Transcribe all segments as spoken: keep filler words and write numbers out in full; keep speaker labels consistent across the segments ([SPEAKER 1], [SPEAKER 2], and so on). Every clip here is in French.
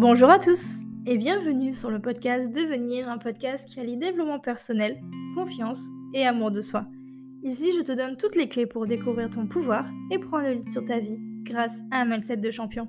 [SPEAKER 1] Bonjour à tous et bienvenue sur le podcast Devenir, un podcast qui allie développement personnel, confiance et amour de soi. Ici, je te donne toutes les clés pour découvrir ton pouvoir et prendre le lead sur ta vie grâce à un mindset de champion.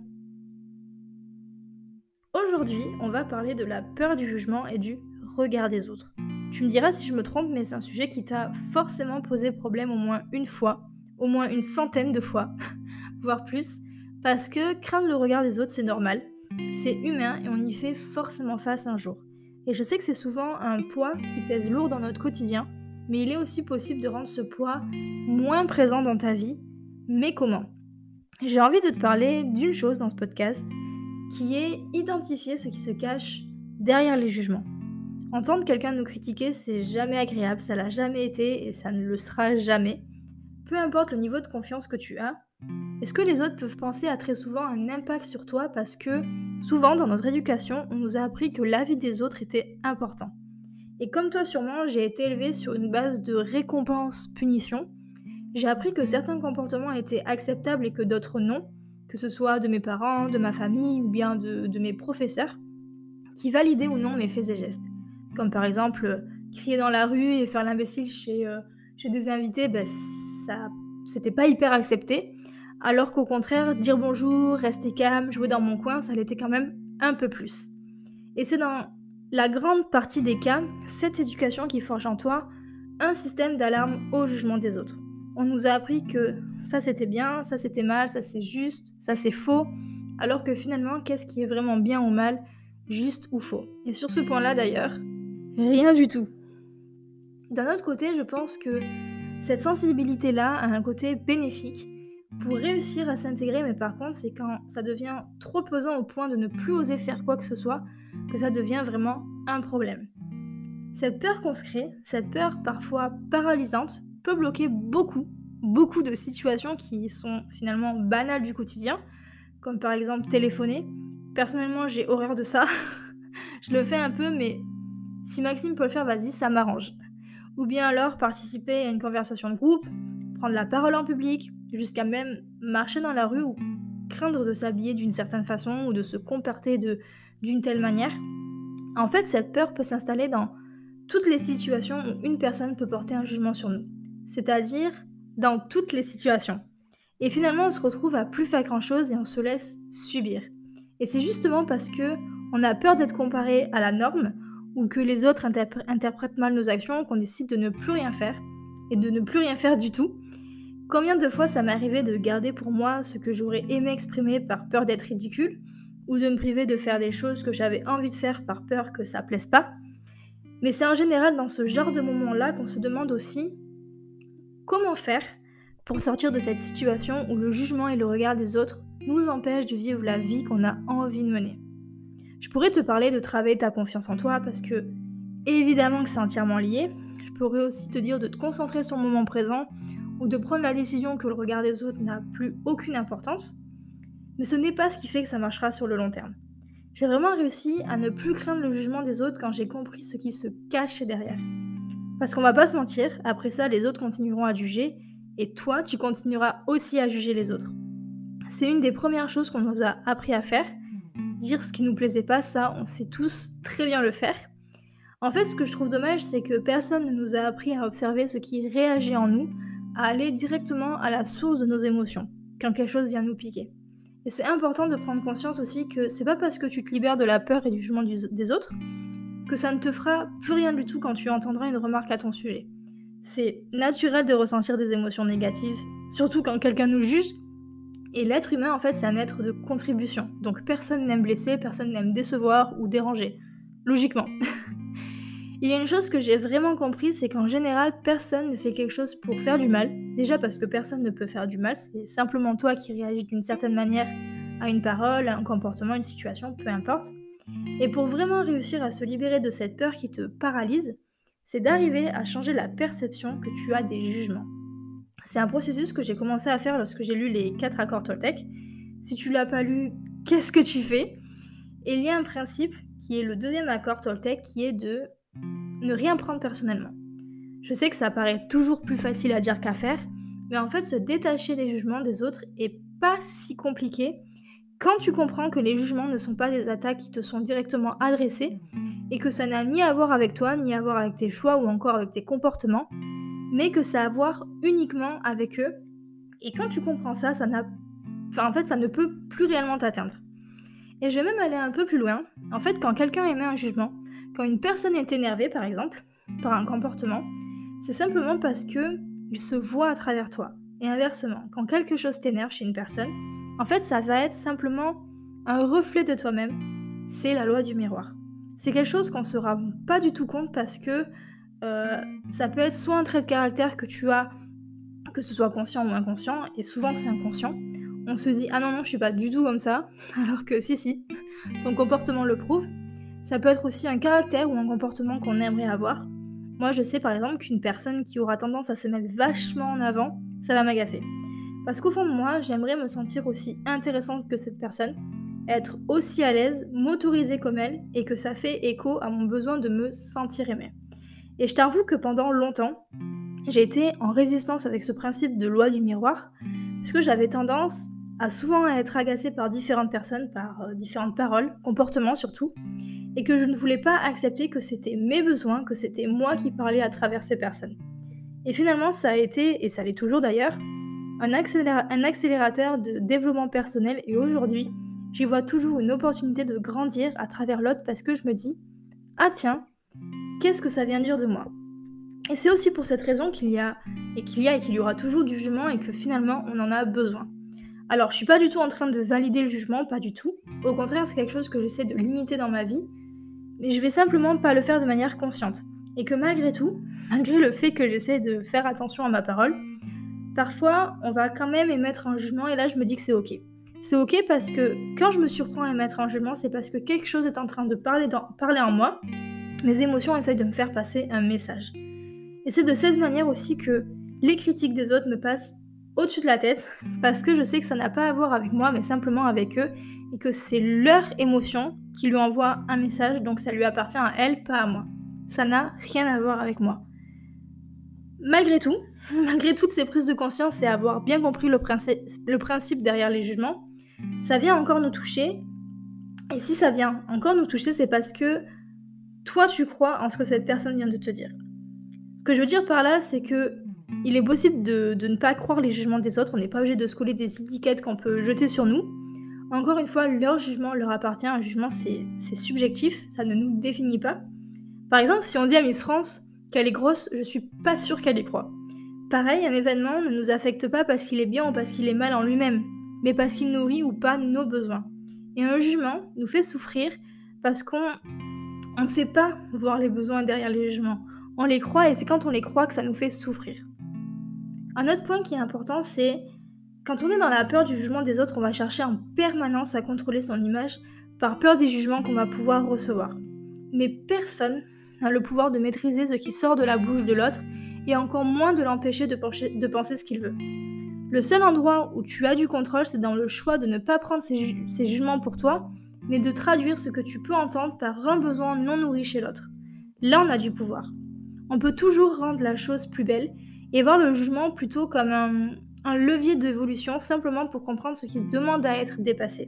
[SPEAKER 1] Aujourd'hui, on va parler de la peur du jugement et du regard des autres. Tu me diras si je me trompe, mais c'est un sujet qui t'a forcément posé problème au moins une fois, au moins une centaine de fois, voire plus, parce que craindre le regard des autres, c'est normal. C'est humain et on y fait forcément face un jour. Et je sais que c'est souvent un poids qui pèse lourd dans notre quotidien, mais il est aussi possible de rendre ce poids moins présent dans ta vie. Mais comment ? J'ai envie de te parler d'une chose dans ce podcast, qui est identifier ce qui se cache derrière les jugements. Entendre quelqu'un nous critiquer, c'est jamais agréable, ça l'a jamais été et ça ne le sera jamais. Peu importe le niveau de confiance que tu as, est-ce que les autres peuvent penser à très souvent un impact sur toi parce que souvent dans notre éducation, on nous a appris que l'avis des autres était important. Et comme toi sûrement, j'ai été élevée sur une base de récompense-punition. J'ai appris que certains comportements étaient acceptables et que d'autres non, que ce soit de mes parents, de ma famille ou bien de, de mes professeurs, qui validaient ou non mes faits et gestes. Comme par exemple, euh, crier dans la rue et faire l'imbécile chez, euh, chez des invités, ben, ça, c'était pas hyper accepté. Alors qu'au contraire, dire bonjour, rester calme, jouer dans mon coin, ça l'était quand même un peu plus. Et c'est dans la grande partie des cas, cette éducation qui forge en toi un système d'alarme au jugement des autres. On nous a appris que ça c'était bien, ça c'était mal, ça c'est juste, ça c'est faux, alors que finalement, qu'est-ce qui est vraiment bien ou mal, juste ou faux ? Et sur ce point-là d'ailleurs, rien du tout. D'un autre côté, je pense que cette sensibilité-là a un côté bénéfique pour réussir à s'intégrer, mais par contre, c'est quand ça devient trop pesant au point de ne plus oser faire quoi que ce soit, que ça devient vraiment un problème. Cette peur qu'on se crée, cette peur parfois paralysante, peut bloquer beaucoup, beaucoup de situations qui sont finalement banales du quotidien, comme par exemple téléphoner. Personnellement, j'ai horreur de ça. Je le fais un peu, mais si Maxime peut le faire, vas-y, ça m'arrange. Ou bien alors participer à une conversation de groupe, prendre la parole en public, jusqu'à même marcher dans la rue ou craindre de s'habiller d'une certaine façon ou de se comporter de, d'une telle manière. En fait, cette peur peut s'installer dans toutes les situations où une personne peut porter un jugement sur nous. C'est-à-dire dans toutes les situations. Et finalement, on se retrouve à plus faire grand-chose et on se laisse subir. Et c'est justement parce que on a peur d'être comparé à la norme ou que les autres interpr- interprètent mal nos actions qu'on décide de ne plus rien faire et de ne plus rien faire du tout. Combien de fois ça m'est arrivé de garder pour moi ce que j'aurais aimé exprimer par peur d'être ridicule ou de me priver de faire des choses que j'avais envie de faire par peur que ça plaise pas. Mais c'est en général dans ce genre de moments-là qu'on se demande aussi comment faire pour sortir de cette situation où le jugement et le regard des autres nous empêchent de vivre la vie qu'on a envie de mener. Je pourrais te parler de travailler ta confiance en toi parce que, évidemment que c'est entièrement lié. Je pourrais aussi te dire de te concentrer sur le moment présent ou de prendre la décision que le regard des autres n'a plus aucune importance. Mais ce n'est pas ce qui fait que ça marchera sur le long terme. J'ai vraiment réussi à ne plus craindre le jugement des autres quand j'ai compris ce qui se cachait derrière. Parce qu'on va pas se mentir, après ça, les autres continueront à juger et toi, tu continueras aussi à juger les autres. C'est une des premières choses qu'on nous a appris à faire. Dire ce qui nous plaisait pas, ça, on sait tous très bien le faire. En fait, ce que je trouve dommage, c'est que personne ne nous a appris à observer ce qui réagit en nous, à aller directement à la source de nos émotions, quand quelque chose vient nous piquer. Et c'est important de prendre conscience aussi que c'est pas parce que tu te libères de la peur et du jugement du- des autres que ça ne te fera plus rien du tout quand tu entendras une remarque à ton sujet. C'est naturel de ressentir des émotions négatives, surtout quand quelqu'un nous juge. Et l'être humain, en fait, c'est un être de contribution. Donc personne n'aime blesser, personne n'aime décevoir ou déranger. Logiquement. Il y a une chose que j'ai vraiment comprise, c'est qu'en général, personne ne fait quelque chose pour faire du mal. Déjà parce que personne ne peut faire du mal, c'est simplement toi qui réagis d'une certaine manière à une parole, à un comportement, une situation, peu importe. Et pour vraiment réussir à se libérer de cette peur qui te paralyse, c'est d'arriver à changer la perception que tu as des jugements. C'est un processus que j'ai commencé à faire lorsque j'ai lu les quatre accords Toltec. Si tu l'as pas lu, qu'est-ce que tu fais ? Et il y a un principe qui est le deuxième accord Toltec qui est de ne rien prendre personnellement. Je sais que ça paraît toujours plus facile à dire qu'à faire, mais en fait se détacher des jugements des autres est pas si compliqué Quand tu comprends que les jugements ne sont pas des attaques qui te sont directement adressées et que ça n'a ni à voir avec toi, ni à voir avec tes choix ou encore avec tes comportements, mais que ça a à voir uniquement avec eux. Et quand tu comprends ça, ça n'a... Enfin, en fait, ça ne peut plus réellement t'atteindre. Et je vais même aller un peu plus loin. En fait, quand quelqu'un émet un jugement, quand une personne est énervée, par exemple, par un comportement, c'est simplement parce que il se voit à travers toi. Et inversement, quand quelque chose t'énerve chez une personne, en fait, ça va être simplement un reflet de toi-même. C'est la loi du miroir. C'est quelque chose qu'on ne se rend pas du tout compte parce que euh, ça peut être soit un trait de caractère que tu as, que ce soit conscient ou inconscient, et souvent c'est inconscient. On se dit « Ah non, non, je suis pas du tout comme ça », alors que si, si, ton comportement le prouve. Ça peut être aussi un caractère ou un comportement qu'on aimerait avoir. Moi, je sais par exemple qu'une personne qui aura tendance à se mettre vachement en avant, ça va m'agacer. Parce qu'au fond de moi, j'aimerais me sentir aussi intéressante que cette personne, être aussi à l'aise, m'autoriser comme elle, et que ça fait écho à mon besoin de me sentir aimée. Et je t'avoue que pendant longtemps, j'ai été en résistance avec ce principe de loi du miroir, parce que j'avais tendance à souvent être agacée par différentes personnes, par euh, différentes paroles, comportements surtout, et que je ne voulais pas accepter que c'était mes besoins, que c'était moi qui parlais à travers ces personnes. Et finalement, ça a été, et ça l'est toujours d'ailleurs, un, accéléra- un accélérateur de développement personnel, et aujourd'hui, j'y vois toujours une opportunité de grandir à travers l'autre parce que je me dis « Ah tiens, qu'est-ce que ça vient dire de moi ?» Et c'est aussi pour cette raison qu'il y a, et qu'il y a et qu'il y aura toujours du jugement et que finalement, on en a besoin. Alors, je suis pas du tout en train de valider le jugement, pas du tout. Au contraire, c'est quelque chose que j'essaie de limiter dans ma vie, mais je vais simplement pas le faire de manière consciente. Et que malgré tout, malgré le fait que j'essaie de faire attention à ma parole, parfois, on va quand même émettre un jugement et là, je me dis que c'est ok. C'est ok parce que quand je me surprends à émettre un jugement, c'est parce que quelque chose est en train de parler, dans, parler en moi. Mes émotions essayent de me faire passer un message. Et c'est de cette manière aussi que les critiques des autres me passent au-dessus de la tête, parce que je sais que ça n'a pas à voir avec moi, mais simplement avec eux, et que c'est leur émotion qui lui envoie un message, donc ça lui appartient à elle, pas à moi. Ça n'a rien à voir avec moi. Malgré tout, malgré toutes ces prises de conscience et avoir bien compris le principe, le principe derrière les jugements, ça vient encore nous toucher. Et si ça vient encore nous toucher, c'est parce que toi, tu crois en ce que cette personne vient de te dire. Ce que je veux dire par là, c'est que il est possible de, de ne pas croire les jugements des autres, on n'est pas obligé de se coller des étiquettes qu'on peut jeter sur nous. Encore une fois, leur jugement leur appartient, un jugement c'est, c'est subjectif, ça ne nous définit pas. Par exemple, si on dit à Miss France qu'elle est grosse, je suis pas sûre qu'elle y croit. Pareil, un événement ne nous affecte pas parce qu'il est bien ou parce qu'il est mal en lui-même, mais parce qu'il nourrit ou pas nos besoins. Et un jugement nous fait souffrir parce qu'on ne sait pas voir les besoins derrière les jugements. On les croit et c'est quand on les croit que ça nous fait souffrir. Un autre point qui est important, c'est quand on est dans la peur du jugement des autres, on va chercher en permanence à contrôler son image par peur des jugements qu'on va pouvoir recevoir. Mais personne n'a le pouvoir de maîtriser ce qui sort de la bouche de l'autre et encore moins de l'empêcher de, pencher, de penser ce qu'il veut. Le seul endroit où tu as du contrôle, c'est dans le choix de ne pas prendre ces, ju- ces jugements pour toi, mais de traduire ce que tu peux entendre par un besoin non nourri chez l'autre. Là, on a du pouvoir. On peut toujours rendre la chose plus belle et voir le jugement plutôt comme un, un levier d'évolution simplement pour comprendre ce qui demande à être dépassé.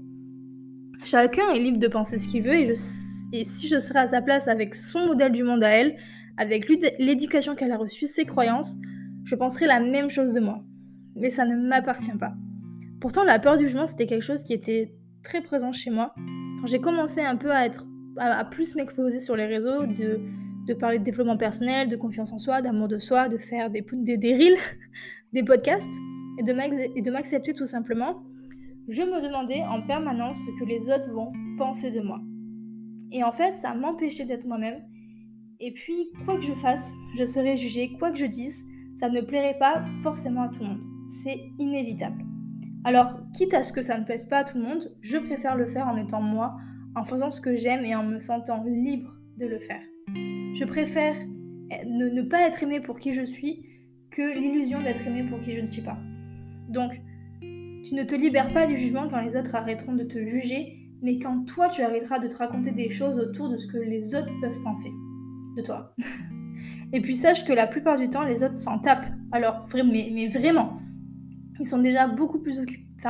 [SPEAKER 1] Chacun est libre de penser ce qu'il veut et, je, et si je serais à sa place avec son modèle du monde à elle, avec l'éducation qu'elle a reçue, ses croyances, je penserais la même chose de moi. Mais ça ne m'appartient pas. Pourtant, la peur du jugement, c'était quelque chose qui était très présent chez moi. Quand j'ai commencé un peu à, être, à, à plus m'exposer sur les réseaux, de, de parler de développement personnel, de confiance en soi, d'amour de soi, de faire des, des, des reels, des podcasts, et de m'accepter tout simplement, je me demandais en permanence ce que les autres vont penser de moi. Et en fait, ça m'empêchait d'être moi-même. Et puis, quoi que je fasse, je serais jugée, quoi que je dise, ça ne plairait pas forcément à tout le monde. C'est inévitable. Alors, quitte à ce que ça ne plaise pas à tout le monde, je préfère le faire en étant moi, en faisant ce que j'aime et en me sentant libre de le faire. Je préfère ne, ne pas être aimée pour qui je suis que l'illusion d'être aimée pour qui je ne suis pas. Donc, tu ne te libères pas du jugement quand les autres arrêteront de te juger, mais quand toi tu arrêteras de te raconter des choses autour de ce que les autres peuvent penser de toi. Et puis sache que la plupart du temps, les autres s'en tapent. Alors, mais, mais vraiment, ils sont déjà beaucoup plus occupés, enfin,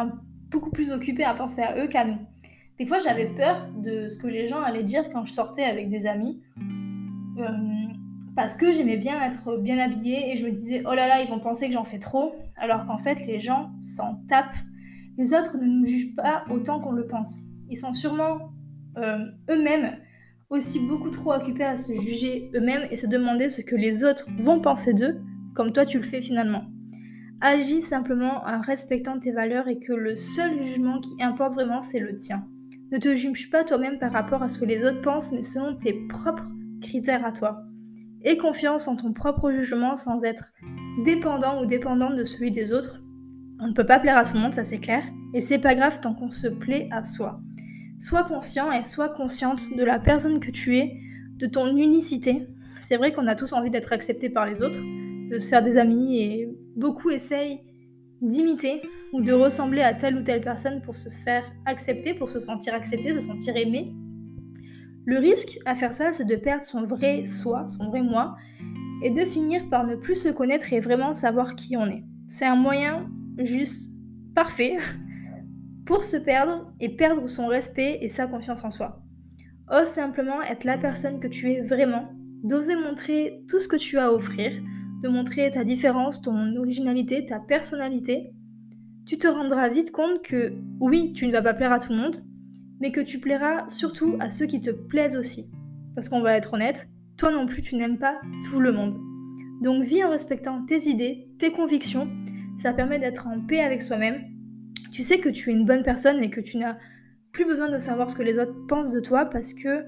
[SPEAKER 1] beaucoup plus occupés à penser à eux qu'à nous. Des fois, j'avais peur de ce que les gens allaient dire quand je sortais avec des amis, euh, parce que j'aimais bien être bien habillée et je me disais « Oh là là, ils vont penser que j'en fais trop », alors qu'en fait, les gens s'en tapent. Les autres ne nous jugent pas autant qu'on le pense. Ils sont sûrement euh, eux-mêmes aussi beaucoup trop occupés à se juger eux-mêmes et se demander ce que les autres vont penser d'eux, comme toi tu le fais finalement. Agis simplement en respectant tes valeurs et que le seul jugement qui importe vraiment, c'est le tien. Ne te juge pas toi-même par rapport à ce que les autres pensent, mais selon tes propres critères à toi. Aie confiance en ton propre jugement sans être dépendant ou dépendante de celui des autres. On ne peut pas plaire à tout le monde, ça c'est clair, et c'est pas grave tant qu'on se plaît à soi. Sois conscient et sois consciente de la personne que tu es, de ton unicité. C'est vrai qu'on a tous envie d'être acceptés par les autres, de se faire des amis, et beaucoup essayent d'imiter ou de ressembler à telle ou telle personne pour se faire accepter, pour se sentir accepté, se sentir aimé. Le risque à faire ça, c'est de perdre son vrai soi, son vrai moi, et de finir par ne plus se connaître et vraiment savoir qui on est. C'est un moyen juste parfait pour se perdre et perdre son respect et sa confiance en soi. Ose simplement être la personne que tu es vraiment, d'oser montrer tout ce que tu as à offrir, de montrer ta différence, ton originalité, ta personnalité. Tu te rendras vite compte que oui, tu ne vas pas plaire à tout le monde, mais que tu plairas surtout à ceux qui te plaisent aussi. Parce qu'on va être honnête, toi non plus tu n'aimes pas tout le monde. Donc vis en respectant tes idées, tes convictions, ça permet d'être en paix avec soi-même. Tu sais que tu es une bonne personne et que tu n'as plus besoin de savoir ce que les autres pensent de toi parce que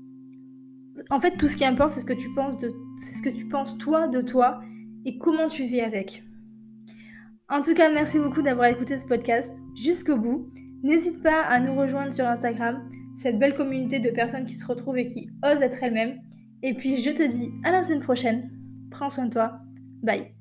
[SPEAKER 1] en fait tout ce qui importe c'est ce que tu penses de c'est ce que tu penses toi de toi et comment tu vis avec. En tout cas, merci beaucoup d'avoir écouté ce podcast jusqu'au bout. N'hésite pas à nous rejoindre sur Instagram, cette belle communauté de personnes qui se retrouvent et qui osent être elles-mêmes. Et puis je te dis à la semaine prochaine. Prends soin de toi. Bye.